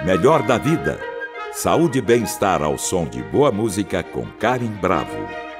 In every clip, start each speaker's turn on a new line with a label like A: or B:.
A: Melhor da vida. Saúde e bem-estar ao som de boa música com Karen Bravo.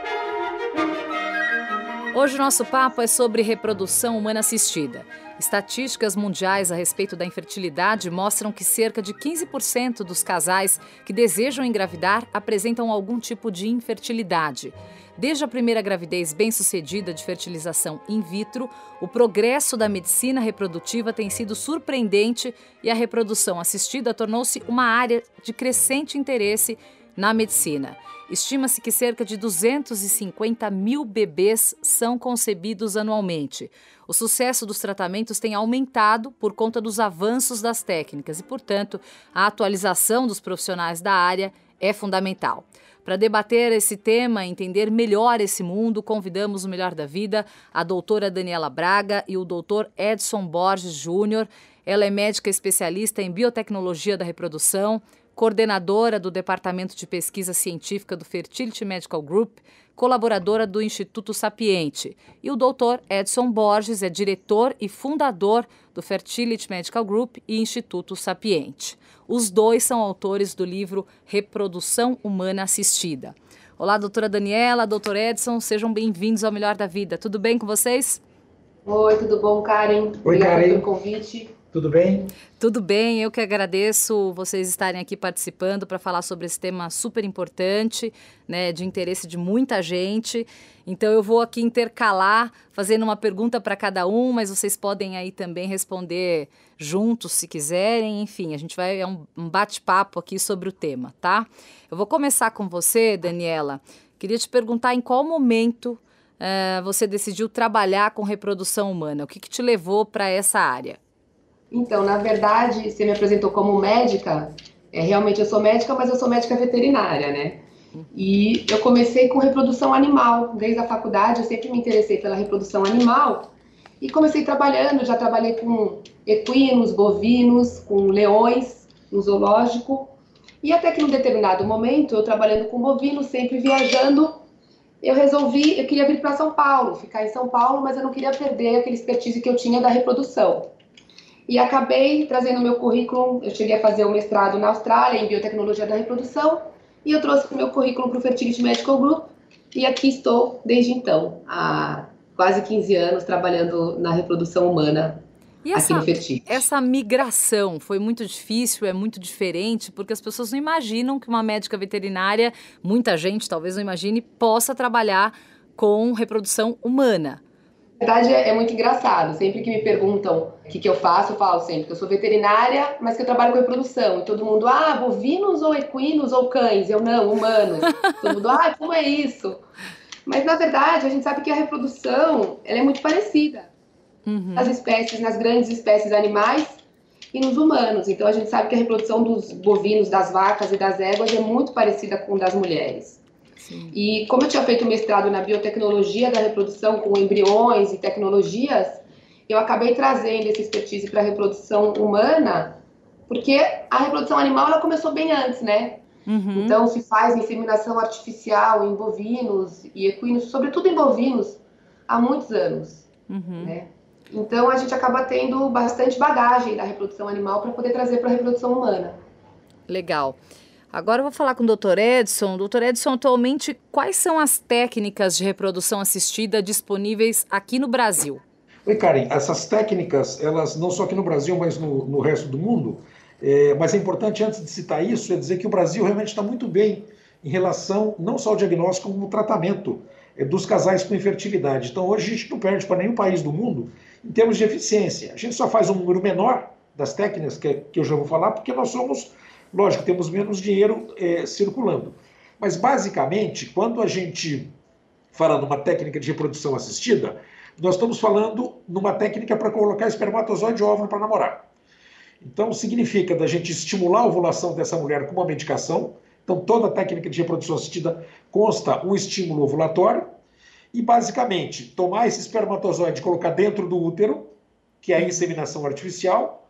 B: Hoje o nosso papo é sobre reprodução humana assistida. Estatísticas mundiais a respeito da infertilidade mostram que cerca de 15% dos casais que desejam engravidar apresentam algum tipo de infertilidade. Desde a primeira gravidez bem-sucedida de fertilização in vitro, o progresso da medicina reprodutiva tem sido surpreendente e a reprodução assistida tornou-se uma área de crescente interesse na medicina. Estima-se que cerca de 250 mil bebês são concebidos anualmente. O sucesso dos tratamentos tem aumentado por conta dos avanços das técnicas e, portanto, a atualização dos profissionais da área é fundamental. Para debater esse tema e entender melhor esse mundo, convidamos o Melhor da Vida, a doutora Daniela Braga e o doutor Edson Borges Júnior. Ela é médica especialista em biotecnologia da reprodução, coordenadora do Departamento de Pesquisa Científica do Fertility Medical Group, colaboradora do Instituto Sapiente. E o Dr. Edson Borges é diretor e fundador do Fertility Medical Group e Instituto Sapiente. Os dois são autores do livro Reprodução Humana Assistida. Olá, doutora Daniela, doutor Edson, sejam bem-vindos ao Melhor da Vida. Tudo bem com vocês?
C: Oi, tudo bom, Karen?
D: Oi,
C: Obrigada
D: Karen.
C: pelo convite.
D: Tudo bem?
B: Tudo bem, eu que agradeço vocês estarem aqui participando para falar sobre esse tema super importante, né, de interesse de muita gente. Então eu vou aqui intercalar, fazendo uma pergunta para cada um, mas vocês podem aí também responder juntos se quiserem. Enfim, a gente vai um bate-papo aqui sobre o tema, tá? Eu vou começar com você, Daniela. Queria te perguntar em qual momento você decidiu trabalhar com reprodução humana. O que te levou para essa área?
C: Então, na verdade, você me apresentou como médica. Realmente eu sou médica, mas eu sou médica veterinária, né? E eu comecei com reprodução animal. Desde a faculdade eu sempre me interessei pela reprodução animal. E comecei trabalhando, já trabalhei com equinos, bovinos, com leões no zoológico. E até que num determinado momento, eu trabalhando com bovinos, sempre viajando, eu queria vir para São Paulo, ficar em São Paulo, mas eu não queria perder aquele expertise que eu tinha da reprodução. E acabei trazendo o meu currículo, eu cheguei a fazer um mestrado na Austrália em biotecnologia da reprodução, e eu trouxe o meu currículo para o Fertility Medical Group, e aqui estou desde então, há quase 15 anos, trabalhando na reprodução humana aqui no Fertility.
B: Essa migração foi muito difícil, é muito diferente, porque as pessoas não imaginam que uma médica veterinária, muita gente talvez não imagine, possa trabalhar com reprodução humana.
C: Na verdade, é muito engraçado. Sempre que me perguntam o que eu faço, eu falo sempre que eu sou veterinária, mas que eu trabalho com reprodução. E todo mundo, bovinos ou equinos ou cães? Eu, não, humanos. Todo mundo, como é isso? Mas, na verdade, a gente sabe que a reprodução ela é muito parecida nas espécies, nas grandes espécies animais e nos humanos. Então, a gente sabe que a reprodução dos bovinos, das vacas e das éguas é muito parecida com a das mulheres. Sim. E como eu tinha feito mestrado na biotecnologia da reprodução com embriões e tecnologias, eu acabei trazendo essa expertise para a reprodução humana, porque a reprodução animal ela começou bem antes, né? Então se faz inseminação artificial em bovinos e equinos, sobretudo em bovinos, há muitos anos, né? Então a gente acaba tendo bastante bagagem da reprodução animal para poder trazer para a reprodução humana.
B: Legal. Agora eu vou falar com o Dr. Edson. Dr. Edson, atualmente, quais são as técnicas de reprodução assistida disponíveis aqui no Brasil?
D: Oi, Karen. Essas técnicas, elas não só aqui no Brasil, mas no resto do mundo. Mas é importante, antes de citar isso, é dizer que o Brasil realmente está muito bem em relação não só ao diagnóstico, como ao tratamento dos casais com infertilidade. Então, hoje a gente não perde para nenhum país do mundo em termos de eficiência. A gente só faz um número menor das técnicas, que eu já vou falar, porque nós somos... Lógico, temos menos dinheiro circulando. Mas, basicamente, quando a gente fala numa técnica de reprodução assistida, nós estamos falando numa técnica para colocar espermatozoide e óvulo para namorar. Então, significa da gente estimular a ovulação dessa mulher com uma medicação. Então, toda técnica de reprodução assistida consta um estímulo ovulatório e, basicamente, tomar esse espermatozoide e colocar dentro do útero, que é a inseminação artificial,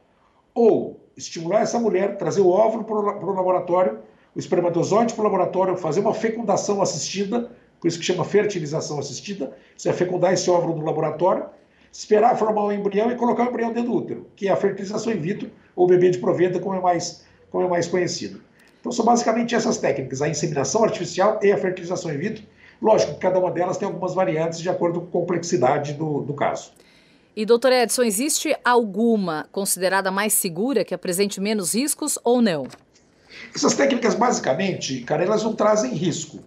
D: ou estimular essa mulher, trazer o óvulo para o laboratório, o espermatozoide para o laboratório, fazer uma fecundação assistida, por isso que chama fertilização assistida, você vai fecundar esse óvulo no laboratório, esperar formar um embrião e colocar o embrião dentro do útero, que é a fertilização in vitro, ou bebê de proveta, como é mais como é mais conhecido. Então são basicamente essas técnicas, a inseminação artificial e a fertilização in vitro. Lógico que cada uma delas tem algumas variantes de acordo com a complexidade do caso.
B: E, doutor Edson, existe alguma considerada mais segura, que apresente menos riscos ou não?
D: Essas técnicas, basicamente, cara, elas não trazem risco.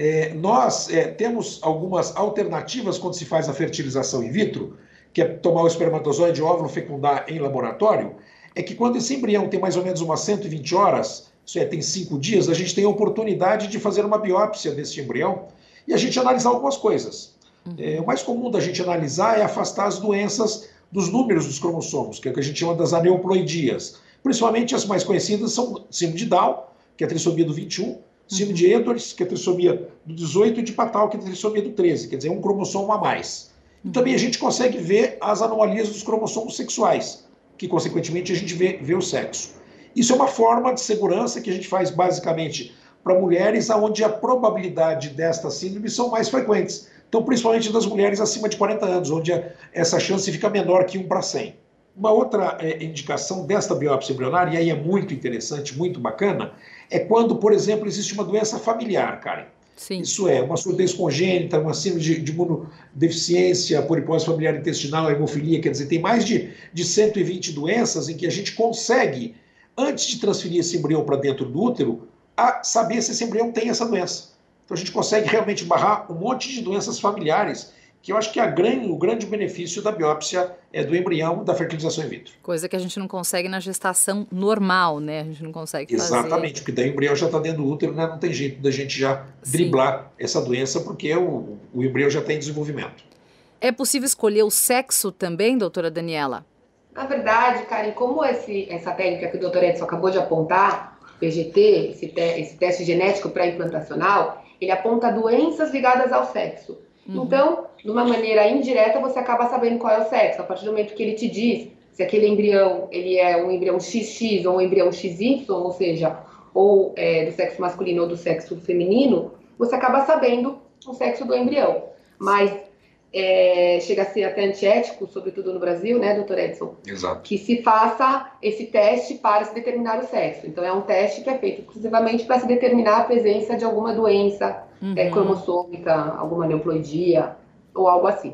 D: Nós temos algumas alternativas quando se faz a fertilização in vitro, que é tomar o espermatozoide e o óvulo fecundar em laboratório, é que quando esse embrião tem mais ou menos umas 120 horas, isso tem 5 dias, a gente tem a oportunidade de fazer uma biópsia desse embrião e a gente analisar algumas coisas. O mais comum da gente analisar é afastar as doenças dos números dos cromossomos, que é o que a gente chama das aneuploidias. Principalmente as mais conhecidas são síndrome de Down, que é a trissomia do 21, síndrome de Edwards, que é a trissomia do 18, e de Patau, que é a trissomia do 13, quer dizer, um cromossomo a mais. E também a gente consegue ver as anomalias dos cromossomos sexuais, que consequentemente a gente vê o sexo. Isso é uma forma de segurança que a gente faz basicamente para mulheres onde a probabilidade destas síndromes são mais frequentes. Então, principalmente das mulheres acima de 40 anos, onde essa chance fica menor que 1 para 100. Uma outra indicação desta biópsia embrionária, e aí é muito interessante, muito bacana, é quando, por exemplo, existe uma doença familiar, Karen.
B: Sim.
D: Isso é, uma surdez congênita, uma síndrome de imunodeficiência, polipose familiar intestinal, hemofilia, quer dizer, tem mais de 120 doenças em que a gente consegue, antes de transferir esse embrião para dentro do útero, a saber se esse embrião tem essa doença. Então a gente consegue realmente barrar um monte de doenças familiares, que eu acho que é o grande benefício da biópsia do embrião da fertilização in vitro.
B: Coisa que a gente não consegue na gestação normal, né? A gente não consegue fazer.
D: Exatamente, porque daí o embrião já está dentro do útero, né? Não tem jeito da gente já driblar essa doença, porque o embrião já está em desenvolvimento.
B: É possível escolher o sexo também, doutora Daniela?
C: Na verdade, Karen, como essa técnica que o doutor Edson acabou de apontar, PGT, esse teste genético pré-implantacional, ele aponta doenças ligadas ao sexo. Então, de uma maneira indireta, você acaba sabendo qual é o sexo. A partir do momento que ele te diz se aquele embrião ele é um embrião XX ou um embrião XY, ou seja, ou do sexo masculino ou do sexo feminino, você acaba sabendo o sexo do embrião. Mas chega a ser até antiético, sobretudo no Brasil, né, doutor Edson?
D: Exato.
C: Que se faça esse teste para se determinar o sexo. Então, é um teste que é feito exclusivamente para se determinar a presença de alguma doença cromossômica, alguma aneuploidia ou algo assim.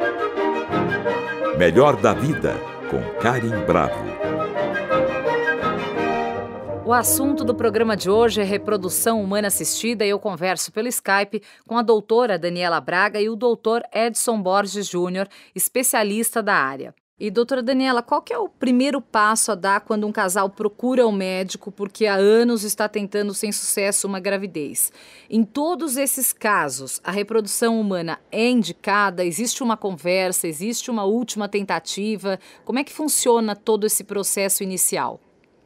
A: Melhor da Vida, com Karen Bravo.
B: O assunto do programa de hoje é reprodução humana assistida e eu converso pelo Skype com a doutora Daniela Braga e o doutor Edson Borges Júnior, especialista da área. E, doutora Daniela, qual que é o primeiro passo a dar quando um casal procura o médico porque há anos está tentando sem sucesso uma gravidez? Em todos esses casos, a reprodução humana é indicada? Existe uma conversa? Existe uma última tentativa? Como é que funciona todo esse processo inicial?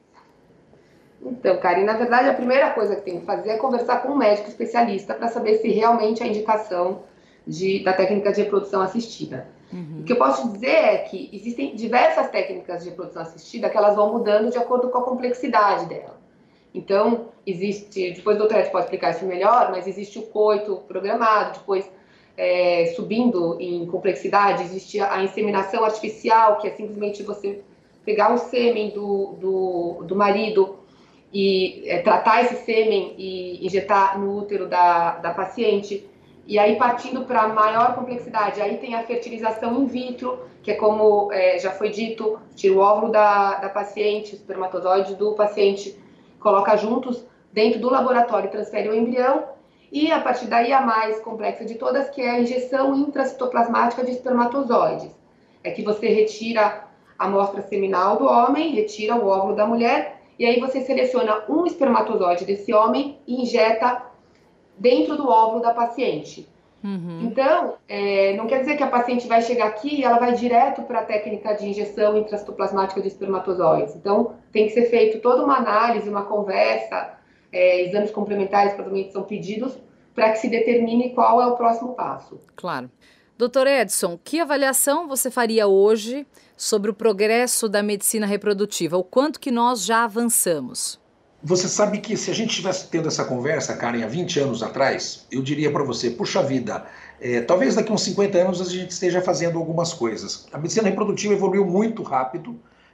C: Então, Karen, na verdade, a primeira coisa que tem que fazer é conversar com um médico especialista para saber se realmente a indicação da técnica de reprodução assistida. O que eu posso dizer é que existem diversas técnicas de reprodução assistida que elas vão mudando de acordo com a complexidade dela. Então, depois o doutor Ed pode explicar isso melhor, mas existe o coito programado, depois, subindo em complexidade, existe a inseminação artificial, que é simplesmente você pegar o sêmen do marido e tratar esse sêmen e injetar no útero da paciente. E aí, partindo para maior complexidade, aí tem a fertilização in vitro, que é como já foi dito, tira o óvulo da paciente, o espermatozoide do paciente, coloca juntos dentro do laboratório e transfere o embrião. E a partir daí, a mais complexa de todas, que é a injeção intracitoplasmática de espermatozoides. É que você retira a amostra seminal do homem, retira o óvulo da mulher, e aí você seleciona um espermatozoide desse homem e injeta dentro do óvulo da paciente. Então, não quer dizer que a paciente vai chegar aqui e ela vai direto para a técnica de injeção intracitoplasmática de espermatozoides. Então, tem que ser feito toda uma análise, uma conversa, exames complementares provavelmente são pedidos para que se determine qual é o próximo passo.
B: Claro. Doutor Edson, que avaliação você faria hoje sobre o progresso da medicina reprodutiva? O quanto que nós já avançamos?
D: Você sabe que se a gente estivesse tendo essa conversa, Karen, há 20 anos atrás, eu diria para você, puxa vida, talvez daqui a uns 50 anos a gente esteja fazendo algumas coisas. A medicina reprodutiva evoluiu muito rápido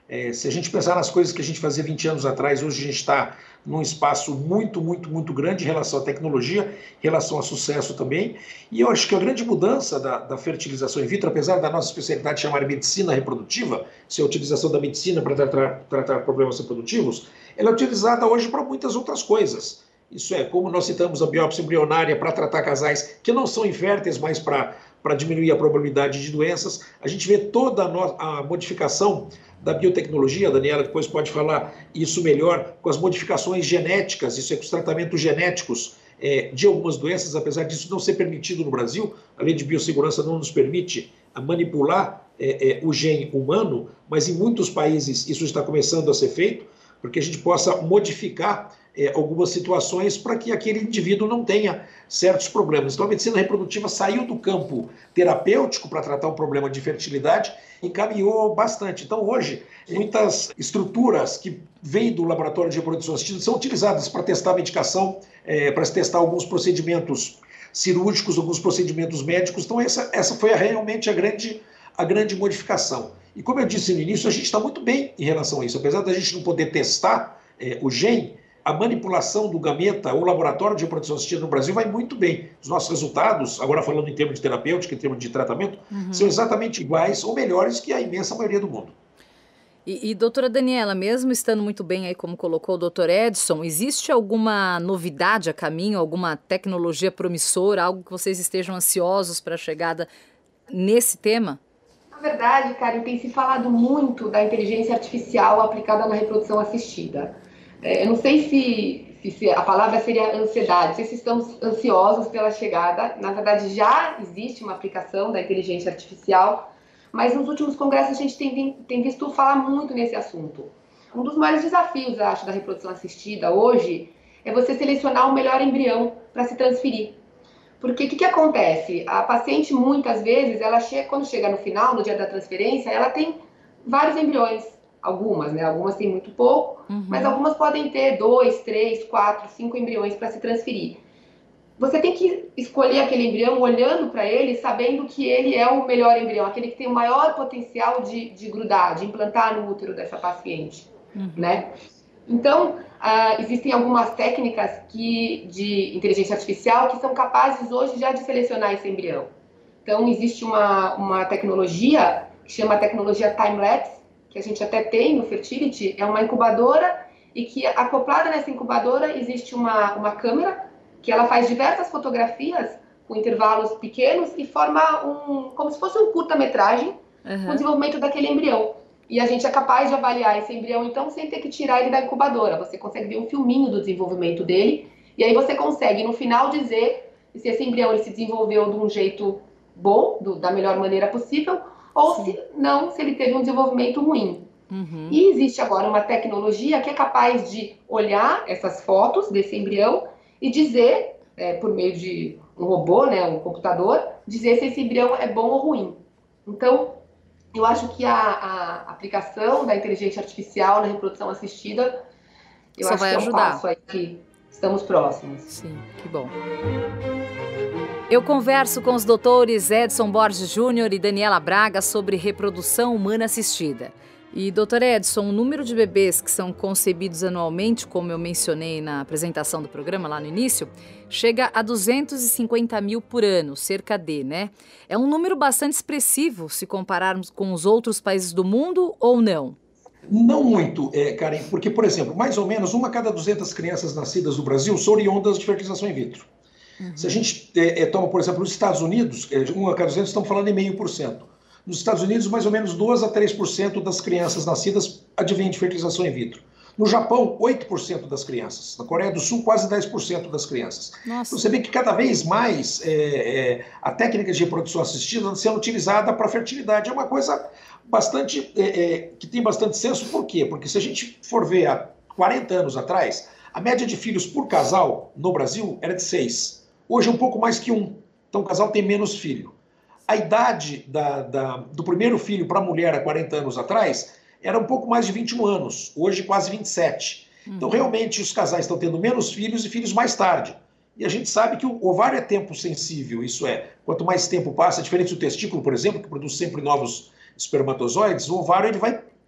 D: Se a gente pensar nas coisas que a gente fazia 20 anos atrás, hoje a gente está num espaço muito, muito, muito grande em relação à tecnologia, em relação a sucesso também. E eu acho que a grande mudança da fertilização in vitro, apesar da nossa especialidade chamar medicina reprodutiva, se é a utilização da medicina para tratar problemas reprodutivos, ela é utilizada hoje para muitas outras coisas. Isso é, como nós citamos a biópsia embrionária para tratar casais que não são inférteis, mas para diminuir a probabilidade de doenças. A gente vê toda a modificação da biotecnologia, a Daniela depois pode falar isso melhor, com as modificações genéticas, isso é, com os tratamentos genéticos de algumas doenças, apesar disso não ser permitido no Brasil, a lei de biossegurança não nos permite manipular o gene humano, mas em muitos países isso está começando a ser feito, porque a gente possa modificar algumas situações para que aquele indivíduo não tenha certos problemas. Então a medicina reprodutiva saiu do campo terapêutico para tratar o problema de fertilidade e caminhou bastante. Então hoje, muitas estruturas que vêm do laboratório de reprodução assistida são utilizadas para testar medicação, para testar alguns procedimentos cirúrgicos, alguns procedimentos médicos. Então essa foi realmente a grande modificação. E como eu disse no início, a gente está muito bem em relação a isso. Apesar da gente não poder testar o gene, a manipulação do gameta, o laboratório de reprodução assistida no Brasil vai muito bem. Os nossos resultados, agora falando em termos de terapêutica, em termos de tratamento, são exatamente iguais ou melhores que a imensa maioria do mundo.
B: E doutora Daniela, mesmo estando muito bem aí, como colocou o doutor Edson, existe alguma novidade a caminho, alguma tecnologia promissora, algo que vocês estejam ansiosos para a chegada nesse tema?
C: Na verdade, Karen, tem se falado muito da inteligência artificial aplicada na reprodução assistida. Eu não sei se a palavra seria ansiedade, não sei se estamos ansiosos pela chegada. Na verdade, já existe uma aplicação da inteligência artificial, mas nos últimos congressos a gente tem visto falar muito nesse assunto. Um dos maiores desafios, eu acho, da reprodução assistida hoje é você selecionar o melhor embrião para se transferir. Porque o que acontece? A paciente, muitas vezes, quando chega no final, no dia da transferência, ela tem vários embriões. Algumas, né? Algumas têm muito pouco, mas algumas podem ter 2, 3, 4, 5 embriões para se transferir. Você tem que escolher aquele embrião olhando para ele, sabendo que ele é o melhor embrião, aquele que tem o maior potencial de grudar, de implantar no útero dessa paciente, né? Então, existem algumas técnicas de inteligência artificial que são capazes hoje já de selecionar esse embrião. Então, existe uma tecnologia que chama tecnologia time-lapse, que a gente até tem no Fertility, é uma incubadora e que acoplada nessa incubadora existe uma câmera que ela faz diversas fotografias com intervalos pequenos e forma como se fosse um curta-metragem com o desenvolvimento daquele embrião. E a gente é capaz de avaliar esse embrião, então, sem ter que tirar ele da incubadora. Você consegue ver um filminho do desenvolvimento dele, e aí você consegue, no final, dizer se esse embrião ele se desenvolveu de um jeito bom, da melhor maneira possível, ou se não, se ele teve um desenvolvimento ruim. E existe agora uma tecnologia que é capaz de olhar essas fotos desse embrião e dizer, por meio de um robô, né, um computador, dizer se esse embrião é bom ou ruim. Então, eu acho que a aplicação da inteligência artificial na reprodução assistida, eu
B: só
C: acho
B: vai
C: que é
B: ajudar.
C: Um passo aí que estamos próximos.
B: Sim, que bom. Eu converso com os doutores Edson Borges Júnior e Daniela Braga sobre reprodução humana assistida. E, doutor Edson, o número de bebês que são concebidos anualmente, como eu mencionei na apresentação do programa lá no início, chega a 250 mil por ano, cerca de, né? É um número bastante expressivo se compararmos com os outros países do mundo ou não?
D: Não muito, Karen, porque, por exemplo, mais ou menos 1 a cada 200 crianças nascidas no Brasil são oriundas de fertilização in vitro. Se a gente toma, por exemplo, os Estados Unidos, 1 a cada 200, estamos falando em 0,5%. Nos Estados Unidos, mais ou menos 2 a 3% das crianças nascidas advêm de fertilização in vitro. No Japão, 8% das crianças. Na Coreia do Sul, quase 10% das crianças.
B: Nossa.
D: Você vê que cada vez mais a técnica de reprodução assistida está sendo utilizada para fertilidade. É uma coisa bastante que tem bastante senso. Por quê? Porque se a gente for ver há 40 anos atrás, a média de filhos por casal no Brasil era de 6. Hoje é um pouco mais que 1. Então o casal tem menos filho. A idade do primeiro filho para a mulher há 40 anos atrás era um pouco mais de 21 anos, hoje quase 27. Então, realmente, os casais estão tendo menos filhos e filhos mais tarde. E a gente sabe que o ovário é tempo sensível, isso é, quanto mais tempo passa, diferente do testículo, por exemplo, que produz sempre novos espermatozoides, o ovário ele vai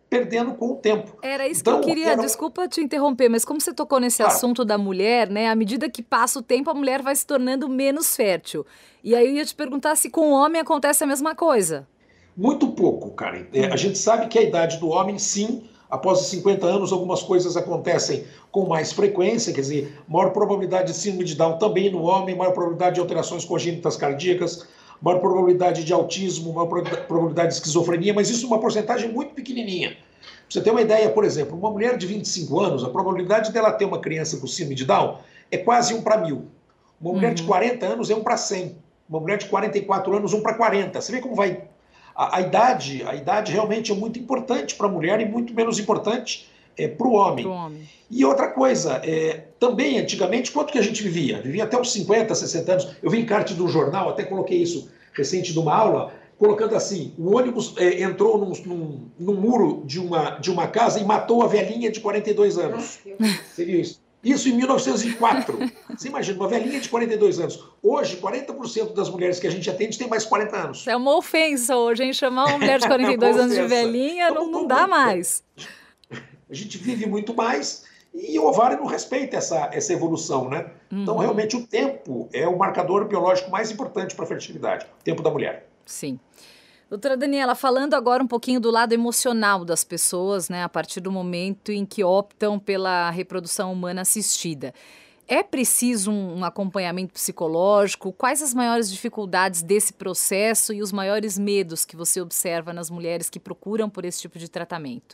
D: perdendo com o tempo.
B: Era isso que eu queria, desculpa te interromper, mas como você tocou nesse assunto da mulher, né? À medida que passa o tempo, a mulher vai se tornando menos fértil. E aí eu ia te perguntar se com o homem acontece a mesma coisa.
D: Muito pouco, Karen. A gente sabe que a idade do homem, sim, após os 50 anos, algumas coisas acontecem com mais frequência, quer dizer, maior probabilidade de síndrome de Down também no homem, maior probabilidade de alterações congênitas cardíacas, maior probabilidade de autismo, maior probabilidade de esquizofrenia, mas isso é uma porcentagem muito pequenininha. Pra você ter uma ideia, por exemplo, uma mulher de 25 anos, a probabilidade dela ter uma criança com síndrome de Down é quase 1 para 1000. Uma mulher de 40 anos é 1 para 100. Uma mulher de 44 anos, 1 para 40. Você vê como vai... A idade realmente é muito importante para a mulher e muito menos importante para o homem. E outra coisa, também antigamente, quanto que a gente vivia? Vivia até uns 50, 60 anos. Eu vi encarte de um jornal, até coloquei isso recente numa aula, colocando assim, o ônibus entrou num muro de uma casa e matou a velhinha de 42 anos. Você viu isso? Isso em 1904. Você imagina, uma velhinha de 42 anos. Hoje, 40% das mulheres que a gente atende tem mais 40 anos.
B: É uma ofensa hoje, hein? Chamar uma mulher de 42 anos de velhinha não dá mais.
D: A gente vive muito mais e o ovário não respeita essa evolução, né? Então, realmente, o tempo é o marcador biológico mais importante para a fertilidade, o tempo da mulher.
B: Sim. Doutora Daniela, falando agora um pouquinho do lado emocional das pessoas, né, a partir do momento em que optam pela reprodução humana assistida. É preciso um acompanhamento psicológico? Quais as maiores dificuldades desse processo e os maiores medos que você observa nas mulheres que procuram por esse tipo de tratamento?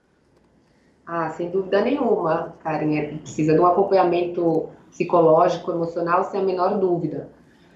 C: Sem dúvida nenhuma, Karen. Precisa de um acompanhamento psicológico, emocional, sem a menor dúvida.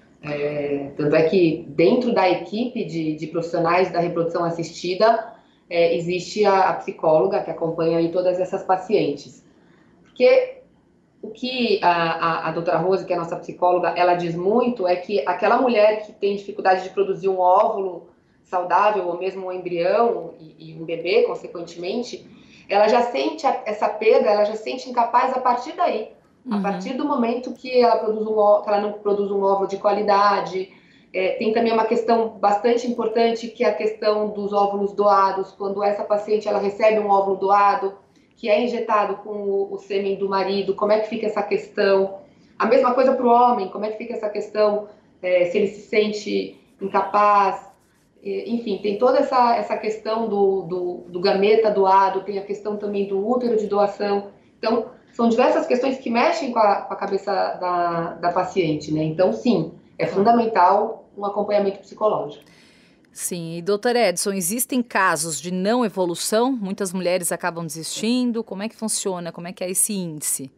C: Tanto é que dentro da equipe de profissionais da reprodução assistida existe a psicóloga que acompanha aí todas essas pacientes. Porque o que a doutora Rose, que é a nossa psicóloga, ela diz muito é que aquela mulher que tem dificuldade de produzir um óvulo saudável ou mesmo um embrião e um bebê, consequentemente, ela já sente essa perda, ela já se sente incapaz a partir daí. A partir do momento que ela não produz um óvulo de qualidade. Tem também uma questão bastante importante, que é a questão dos óvulos doados. Quando essa paciente ela recebe um óvulo doado, que é injetado com o sêmen do marido, como é que fica essa questão? A mesma coisa para o homem, como é que fica essa questão, se ele se sente incapaz? Enfim, tem toda essa questão do gameta doado, tem a questão também do útero de doação. Então, são diversas questões que mexem com a cabeça da paciente, né? Então, sim, é fundamental um acompanhamento psicológico.
B: Sim, e doutor Edson, existem casos de não evolução? Muitas mulheres acabam desistindo? Como é que funciona? Como é que é esse índice?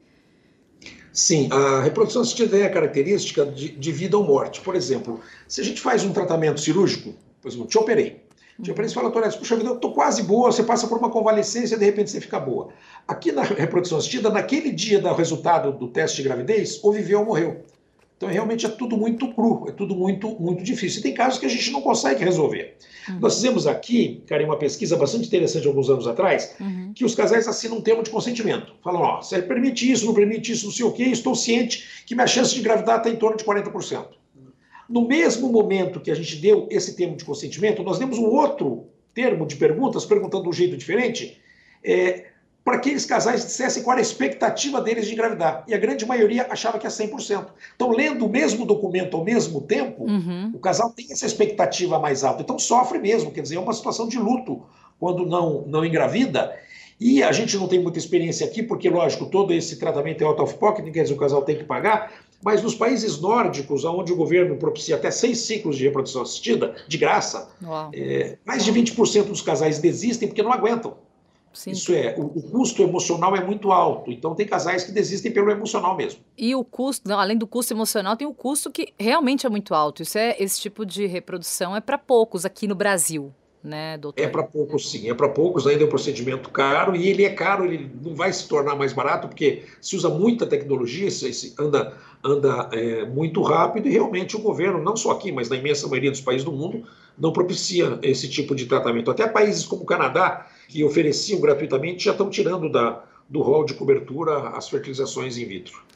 D: Sim, a reprodução assistida é a característica de vida ou morte. Por exemplo, se a gente faz um tratamento cirúrgico, por exemplo, te operei. Você fala, doutor Edson, puxa vida, eu estou quase boa, você passa por uma convalescência e de repente você fica boa. Aqui na reprodução assistida, naquele dia do resultado do teste de gravidez, ou viveu ou morreu. Então, realmente é tudo muito cru, é tudo muito difícil. E tem casos que a gente não consegue resolver. Nós fizemos aqui, Karen, uma pesquisa bastante interessante alguns anos atrás, que os casais assinam um termo de consentimento. Falam, você permite isso, não sei o quê, estou ciente que minha chance de engravidar está em torno de 40%. No mesmo momento que a gente deu esse termo de consentimento, nós demos um outro termo de perguntas, perguntando de um jeito diferente, para aqueles casais dissessem qual era a expectativa deles de engravidar. E a grande maioria achava que é 100%. Então, lendo o mesmo documento ao mesmo tempo, o casal tem essa expectativa mais alta. Então, sofre mesmo, quer dizer, é uma situação de luto quando não engravida. E a gente não tem muita experiência aqui, porque, lógico, todo esse tratamento é out of pocket, quer dizer, o casal tem que pagar. Mas nos países nórdicos, onde o governo propicia até 6 ciclos de reprodução assistida, de graça, mais de 20% dos casais desistem porque não aguentam. Sim. Isso o custo emocional é muito alto, então tem casais que desistem pelo emocional mesmo.
B: E o custo, além do custo emocional, tem o custo que realmente é muito alto. Esse tipo de reprodução é para poucos aqui no Brasil, né, doutor?
D: É para poucos, sim. É para poucos, ainda é um procedimento caro, e ele é caro, ele não vai se tornar mais barato, porque se usa muita tecnologia, anda muito rápido, e realmente o governo, não só aqui, mas na imensa maioria dos países do mundo, não propicia esse tipo de tratamento. Até países como o Canadá, que ofereciam gratuitamente, já estão tirando do rol de cobertura as fertilizações in vitro.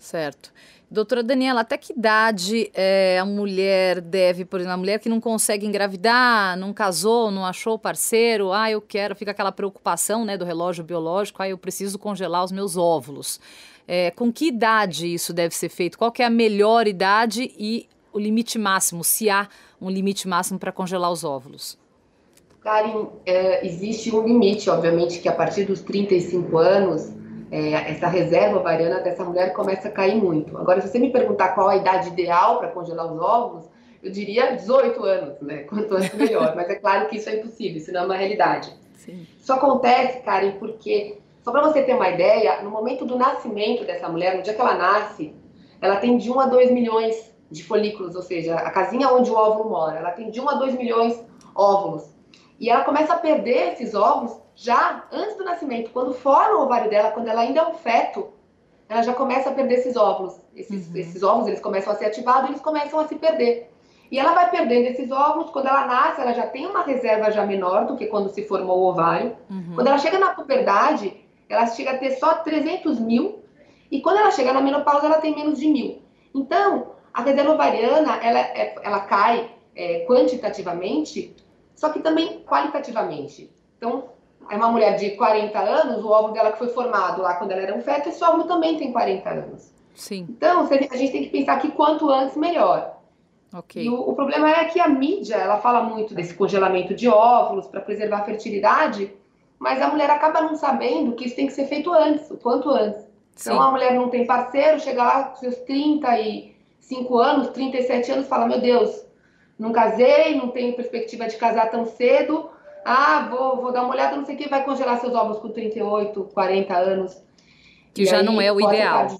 B: Certo. Doutora Daniela, até que idade a mulher deve, por exemplo, a mulher que não consegue engravidar, não casou, não achou o parceiro, eu quero, fica aquela preocupação, né, do relógio biológico, eu preciso congelar os meus óvulos. Com que idade isso deve ser feito? Qual que é a melhor idade e o limite máximo, se há um limite máximo para congelar os óvulos?
C: Karen, existe um limite, obviamente, que a partir dos 35 anos, essa reserva ovariana dessa mulher começa a cair muito. Agora, se você me perguntar qual a idade ideal para congelar os óvulos, eu diria 18 anos, né? Quanto antes melhor. Mas é claro que isso é impossível, isso não é uma realidade.
B: Sim.
C: Isso acontece, Karen, porque, só para você ter uma ideia, no momento do nascimento dessa mulher, no dia que ela nasce, ela tem de 1 a 2 milhões de folículos, ou seja, a casinha onde o óvulo mora, ela tem de 1 a 2 milhões de óvulos. E ela começa a perder esses óvulos já antes do nascimento. Quando forma o ovário dela, quando ela ainda é um feto, ela já começa a perder esses óvulos. Esses óvulos, eles começam a ser ativados e eles começam a se perder. E ela vai perdendo esses óvulos. Quando ela nasce, ela já tem uma reserva já menor do que quando se formou o ovário. Quando ela chega na puberdade, ela chega a ter só 300 mil. E quando ela chega na menopausa, ela tem menos de 1.000. Então, a reserva ovariana, ela cai quantitativamente, só que também qualitativamente. Então, é uma mulher de 40 anos, o óvulo dela que foi formado lá quando ela era um feto, esse óvulo também tem 40 anos.
B: Sim.
C: Então, a gente tem que pensar que quanto antes, melhor.
B: Okay.
C: E o problema é que a mídia, ela fala muito desse congelamento de óvulos para preservar a fertilidade, mas a mulher acaba não sabendo que isso tem que ser feito antes, o quanto antes.
B: Sim.
C: Então, a mulher não tem parceiro, chega lá com seus 35 anos, 37 anos, fala, meu Deus, não casei, não tenho perspectiva de casar tão cedo. Vou dar uma olhada, não sei o que, vai congelar seus óvulos com 38, 40 anos.
B: Que já não é o ideal.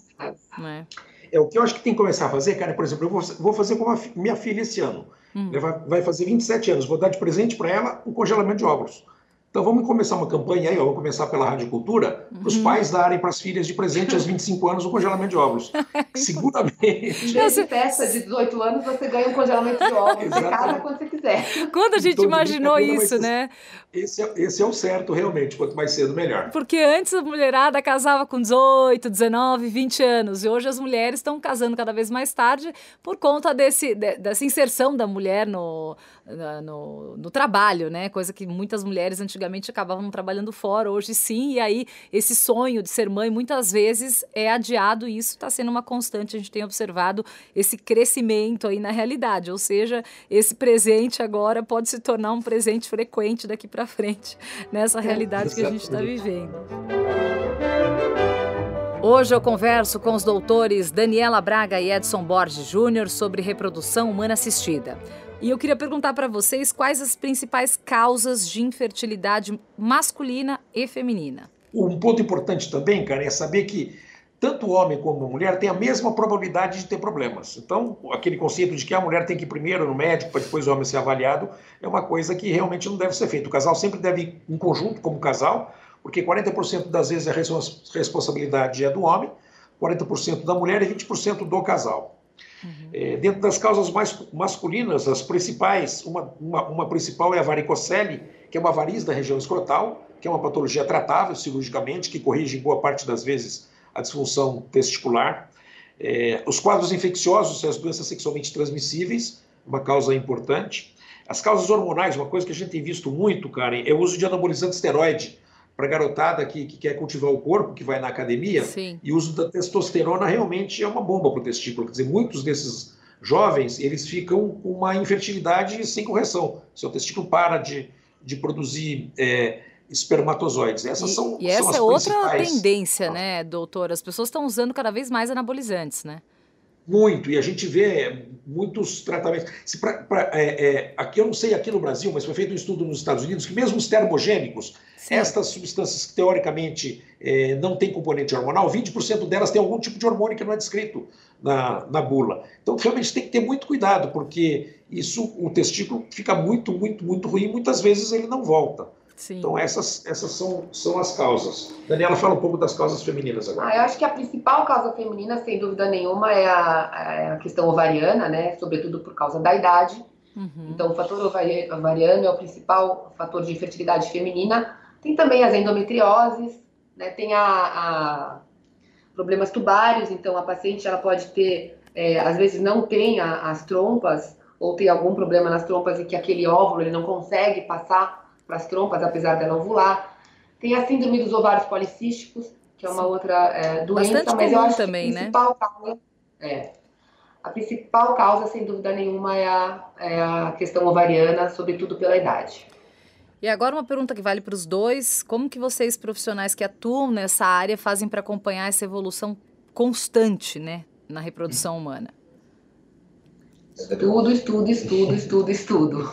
D: O que eu acho que tem que começar a fazer, cara, por exemplo, eu vou fazer com a minha filha esse ano. Ela vai fazer 27 anos, vou dar de presente para ela um congelamento de óvulos. Então vamos começar uma campanha aí, vamos começar pela Rádio Cultura, para os pais darem para as filhas de presente aos 25 anos um congelamento de óvulos. Seguramente.
C: Nessa festa de 18 anos, você ganha um congelamento de óvulos em casa quando você quiser.
B: Quando a gente imaginou isso, né?
D: Esse é o certo, realmente. Quanto mais cedo, melhor.
B: Porque antes a mulherada casava com 18, 19, 20 anos. E hoje as mulheres estão casando cada vez mais tarde por conta dessa inserção da mulher no trabalho, né? Coisa que muitas mulheres antigamente acabavam trabalhando fora, hoje sim. E aí esse sonho de ser mãe muitas vezes é adiado e isso está sendo uma constante. A gente tem observado esse crescimento aí na realidade. Ou seja, esse presente agora pode se tornar um presente frequente daqui para frente, nessa realidade que a gente está vivendo. Hoje eu converso com os doutores Daniela Braga e Edson Borges Júnior sobre reprodução humana assistida. E eu queria perguntar para vocês quais as principais causas de infertilidade masculina e feminina.
D: Um ponto importante também, cara, é saber que tanto o homem como a mulher têm a mesma probabilidade de ter problemas. Então, aquele conceito de que a mulher tem que ir primeiro no médico para depois o homem ser avaliado é uma coisa que realmente não deve ser feito. O casal sempre deve ir em conjunto como casal, porque 40% das vezes a responsabilidade é do homem, 40% da mulher e 20% do casal. Dentro das causas mais masculinas, as principais, uma principal é a varicocele, que é uma variz da região escrotal, que é uma patologia tratável cirurgicamente, que corrige em boa parte das vezes a disfunção testicular. Os quadros infecciosos, as doenças sexualmente transmissíveis, uma causa importante. As causas hormonais, uma coisa que a gente tem visto muito, Karen, é o uso de anabolizante esteroide para a garotada que quer cultivar o corpo, que vai na academia.
B: Sim. E
D: o uso da testosterona realmente é uma bomba para o testículo. Quer dizer, muitos desses jovens, eles ficam com uma infertilidade sem correção. Seu testículo para de produzir espermatozoides. Essas são
B: essa
D: as
B: é outra
D: principais
B: tendência, né, doutora? As pessoas estão usando cada vez mais anabolizantes, né?
D: Muito, e a gente vê muitos tratamentos. Aqui eu não sei aqui no Brasil, mas foi feito um estudo nos Estados Unidos que mesmo os termogênicos, sim, estas substâncias que teoricamente não têm componente hormonal, 20% delas têm algum tipo de hormônio que não é descrito na bula. Então realmente tem que ter muito cuidado, porque o testículo fica muito, muito, muito ruim e muitas vezes ele não volta. Sim. Então essas são as causas. Daniela, fala um pouco das causas femininas agora.
C: Eu acho que a principal causa feminina, sem dúvida nenhuma, é a questão ovariana, né? Sobretudo por causa da idade. Então o fator ovariano é o principal fator de infertilidade feminina. Tem também as endometrioses, né? Tem problemas tubários, então a paciente ela pode ter, às vezes não tem as trompas, ou tem algum problema nas trompas e que aquele óvulo ele não consegue passar para as trompas, apesar dela ovular. Tem a síndrome dos ovários policísticos, que é uma outra doença,
B: bastante
C: mas eu acho
B: também,
C: que a principal causa, sem dúvida nenhuma, é a questão ovariana, sobretudo pela idade.
B: E agora uma pergunta que vale para os dois: como que vocês, profissionais que atuam nessa área, fazem para acompanhar essa evolução constante, né, na reprodução humana?
C: Estudo.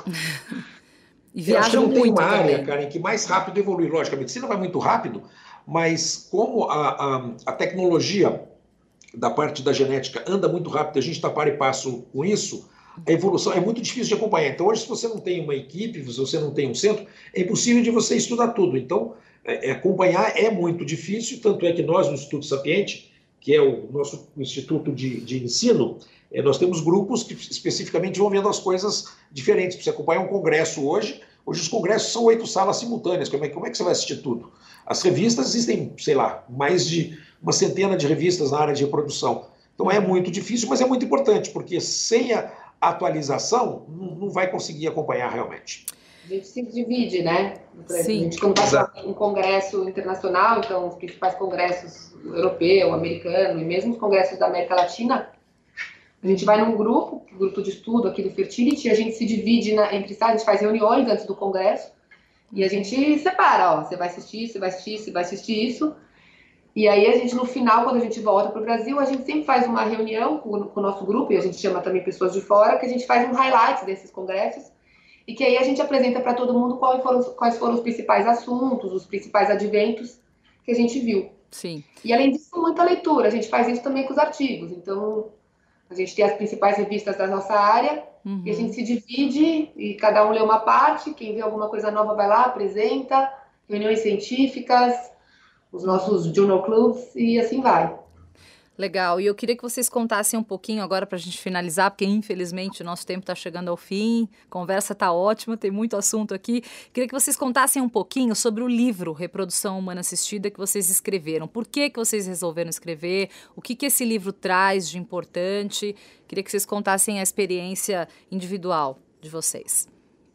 B: E viajam muito também.
D: Tem uma área, Karen, que mais rápido evolui. Lógico, a medicina vai muito rápido, mas como a tecnologia da parte da genética anda muito rápido, a gente está par e passo com isso, a evolução é muito difícil de acompanhar. Então, hoje, se você não tem uma equipe, se você não tem um centro, é impossível de você estudar tudo. Então, acompanhar é muito difícil, tanto é que nós, no Instituto Sapiente, que é o nosso instituto de ensino, nós temos grupos que especificamente vão vendo as coisas diferentes. Você acompanha um congresso hoje os congressos são 8 salas simultâneas. Como é que você vai assistir tudo? As revistas existem, sei lá, mais de uma centena de revistas na área de reprodução. Então é muito difícil, mas é muito importante, porque sem a atualização não vai conseguir acompanhar realmente.
C: A gente se divide, né?
B: Sim.
C: A gente, quando vai um congresso internacional, então os principais congressos europeu, americano e mesmo os congressos da América Latina, a gente vai num grupo de estudo aqui do Fertility, e a gente se divide entre salas, a gente faz reuniões antes do congresso e a gente separa, ó, você vai assistir isso, você vai assistir isso, você vai assistir isso. E aí a gente, no final, quando a gente volta para o Brasil, a gente sempre faz uma reunião com o nosso grupo, e a gente chama também pessoas de fora, que a gente faz um highlight desses congressos, e que aí a gente apresenta para todo mundo quais foram os principais assuntos, os principais adventos que a gente viu.
B: Sim.
C: E além disso, muita leitura. A gente faz isso também com os artigos. Então, a gente tem as principais revistas da nossa área, e a gente se divide, e cada um lê uma parte, quem vê alguma coisa nova vai lá, apresenta, reuniões científicas, os nossos journal clubs, e assim vai.
B: Legal, e eu queria que vocês contassem um pouquinho agora para a gente finalizar, porque infelizmente o nosso tempo está chegando ao fim, a conversa está ótima, tem muito assunto aqui. Queria que vocês contassem um pouquinho sobre o livro Reprodução Humana Assistida que vocês escreveram. Por que vocês resolveram escrever? O que esse livro traz de importante? Queria que vocês contassem a experiência individual de vocês.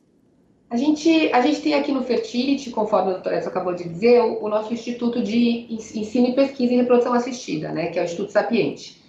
C: A gente tem aqui no Fertility, conforme o doutor Edson acabou de dizer, o nosso Instituto de Ensino e Pesquisa em Reprodução Assistida, né, que é o Instituto Sapiente.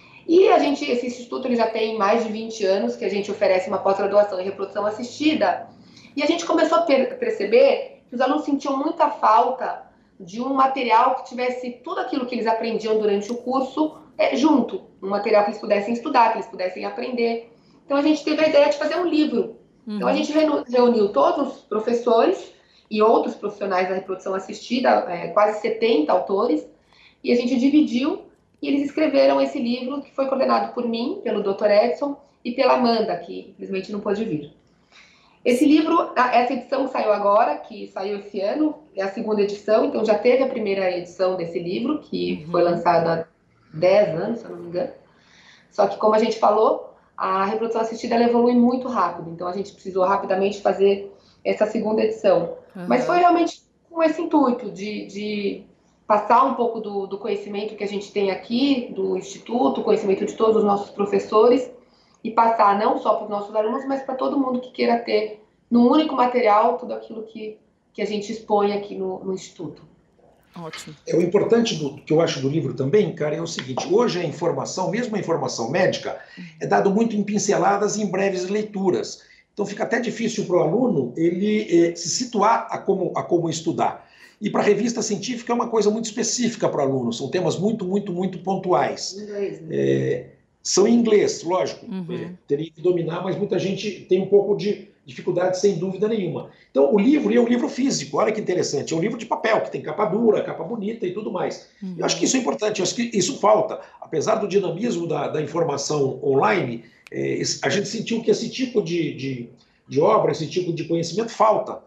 C: E esse instituto ele já tem mais de 20 anos que a gente oferece uma pós-graduação em reprodução assistida, e a gente começou a perceber que os alunos sentiam muita falta de um material que tivesse tudo aquilo que eles aprendiam durante o curso junto, um material que eles pudessem estudar, que eles pudessem aprender. Então a gente teve a ideia de fazer um livro. Então, a gente reuniu todos os professores e outros profissionais da reprodução assistida, quase 70 autores, e a gente dividiu e eles escreveram esse livro que foi coordenado por mim, pelo Dr. Edson e pela Amanda, que infelizmente não pôde vir. Esse livro, essa edição saiu agora, que saiu esse ano, é a segunda edição, então já teve a primeira edição desse livro, que foi lançada há 10 anos, se eu não me engano. Só que, como a gente falou, a reprodução assistida ela evolui muito rápido, então a gente precisou rapidamente fazer essa segunda edição. Mas foi realmente com esse intuito de passar um pouco do conhecimento que a gente tem aqui, do Instituto, conhecimento de todos os nossos professores, e passar não só para os nossos alunos, mas para todo mundo que queira ter, num único material, tudo aquilo que a gente expõe aqui no Instituto.
B: Ótimo.
D: O importante que eu acho do livro também, cara, é o seguinte: hoje a informação, mesmo a informação médica, é dado muito em pinceladas e em breves leituras. Então fica até difícil para o aluno ele se situar a como estudar. E para a revista científica é uma coisa muito específica para o aluno, são temas muito, muito, muito pontuais.
C: Inglês, né?
D: São em inglês, lógico, teria que dominar, mas muita gente tem um pouco de dificuldade, sem dúvida nenhuma. Então, o livro é um livro físico, olha que interessante, é um livro de papel, que tem capa dura, capa bonita e tudo mais. Eu acho que isso é importante, eu acho que isso falta. Apesar do dinamismo da informação online, a gente sentiu que esse tipo de obra, esse tipo de conhecimento falta.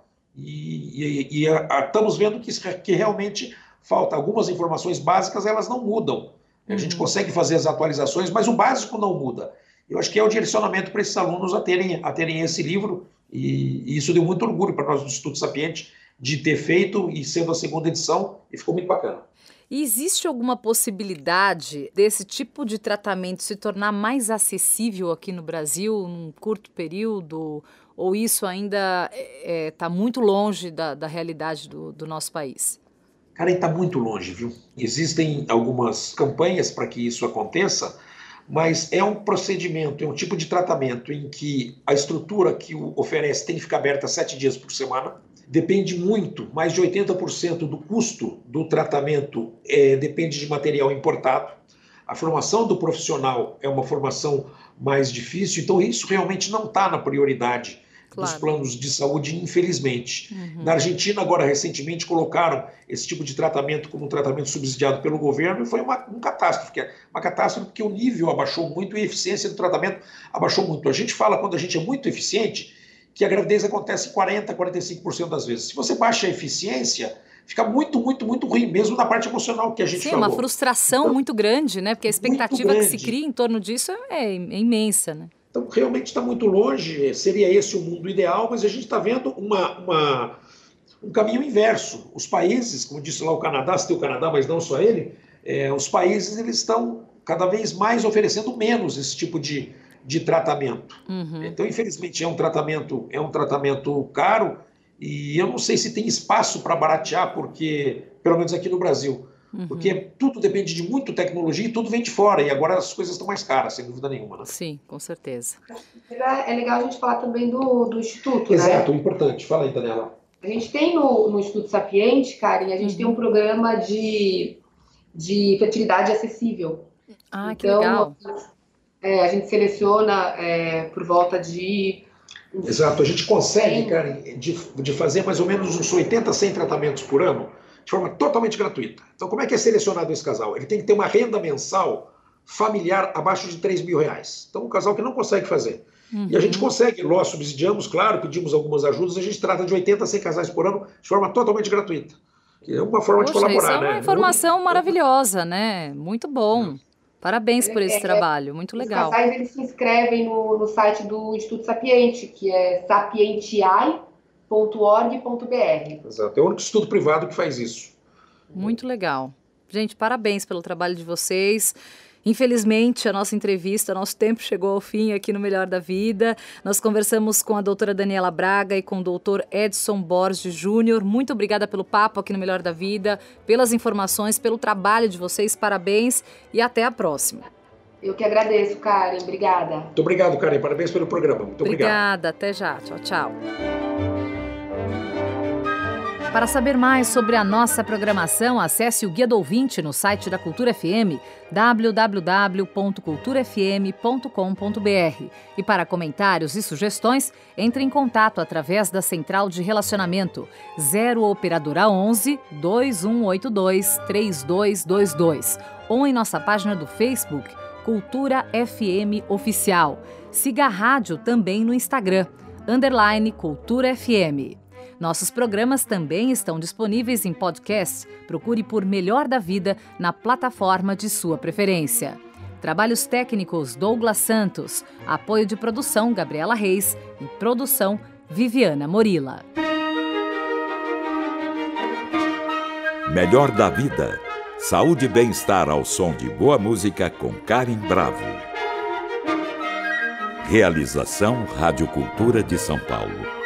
D: E estamos vendo que realmente falta. Algumas informações básicas, elas não mudam. A gente consegue fazer as atualizações, mas o básico não muda. Eu acho que é o direcionamento para esses alunos a terem esse livro, e isso deu muito orgulho para nós do Instituto Sapiente, de ter feito e sendo a segunda edição, e ficou muito bacana.
B: E existe alguma possibilidade desse tipo de tratamento se tornar mais acessível aqui no Brasil num curto período? Ou isso ainda está muito longe da realidade do nosso país?
D: Cara, está muito longe, viu? Existem algumas campanhas para que isso aconteça, mas é um procedimento, é um tipo de tratamento em que a estrutura que o oferece tem que ficar aberta 7 dias por semana. Depende muito, mais de 80% do custo do tratamento depende de material importado. A formação do profissional é uma formação mais difícil, então isso realmente não está na prioridade dos planos de saúde, infelizmente. Na Argentina, agora, recentemente, colocaram esse tipo de tratamento como um tratamento subsidiado pelo governo e foi uma catástrofe. Uma catástrofe porque o nível abaixou muito e a eficiência do tratamento abaixou muito. A gente fala, quando a gente é muito eficiente, que a gravidez acontece 40%, 45% das vezes. Se você baixa a eficiência, fica muito, muito, muito ruim, mesmo na parte emocional que a gente falou.
B: Sim, uma frustração muito grande, né? Porque a expectativa que se cria em torno disso é imensa, né?
D: Então, realmente está muito longe, seria esse o mundo ideal, mas a gente está vendo um caminho inverso. Os países, como disse lá o Canadá, se tem o Canadá, mas não só ele, os países eles estão cada vez mais oferecendo menos esse tipo de tratamento. Então, infelizmente, é um tratamento caro e eu não sei se tem espaço para baratear, porque, pelo menos aqui no Brasil, porque tudo depende de muita tecnologia e tudo vem de fora, e agora as coisas estão mais caras, sem dúvida nenhuma. Né?
B: Sim, com certeza.
C: É legal a gente falar também do Instituto,
D: Exato,
C: né?
D: Importante. Fala aí, Daniela.
C: A gente tem no Instituto Sapiente, Karen, a gente tem um programa de fertilidade acessível.
B: Ah, que legal.
C: A gente seleciona por volta de...
D: Exato, a gente consegue, Karen, de fazer mais ou menos uns 80, 100 tratamentos por ano, de forma totalmente gratuita. Então, como é que é selecionado esse casal? Ele tem que ter uma renda mensal familiar abaixo de R$3.000. Então, um casal que não consegue fazer. E a gente consegue, nós subsidiamos, claro, pedimos algumas ajudas, a gente trata de 80 a 100 casais por ano de forma totalmente gratuita. Que é uma forma de colaborar,
B: isso é uma informação maravilhosa, né? Muito bom. Parabéns por esse trabalho, muito legal.
C: Os casais eles se inscrevem no site do Instituto Sapiente, que é sapientiai.org.br.
D: Exato, é o único estudo privado que faz isso.
B: Muito legal. Gente, parabéns pelo trabalho de vocês. Infelizmente, a nossa entrevista, nosso tempo chegou ao fim aqui no Melhor da Vida. Nós conversamos com a doutora Daniela Braga e com o doutor Edson Borges Júnior. Muito obrigada pelo papo aqui no Melhor da Vida, pelas informações, pelo trabalho de vocês. Parabéns e até a próxima.
C: Eu que agradeço, Karen. Obrigada.
D: Muito obrigado, Karen. Parabéns pelo programa. Muito obrigado.
B: Obrigada. Até já. Tchau, tchau. Para saber mais sobre a nossa programação, acesse o Guia do Ouvinte no site da Cultura FM, www.culturafm.com.br. E para comentários e sugestões, entre em contato através da Central de Relacionamento 0 Operadora 11 2182 3222 ou em nossa página do Facebook, Cultura FM Oficial. Siga a rádio também no Instagram, _Cultura FM. Nossos programas também estão disponíveis em podcast. Procure por Melhor da Vida na plataforma de sua preferência. Trabalhos técnicos Douglas Santos. Apoio de produção Gabriela Reis e produção Viviana Morila.
A: Melhor da Vida. Saúde e bem-estar ao som de boa música com Karen Bravo. Realização Rádio Cultura de São Paulo.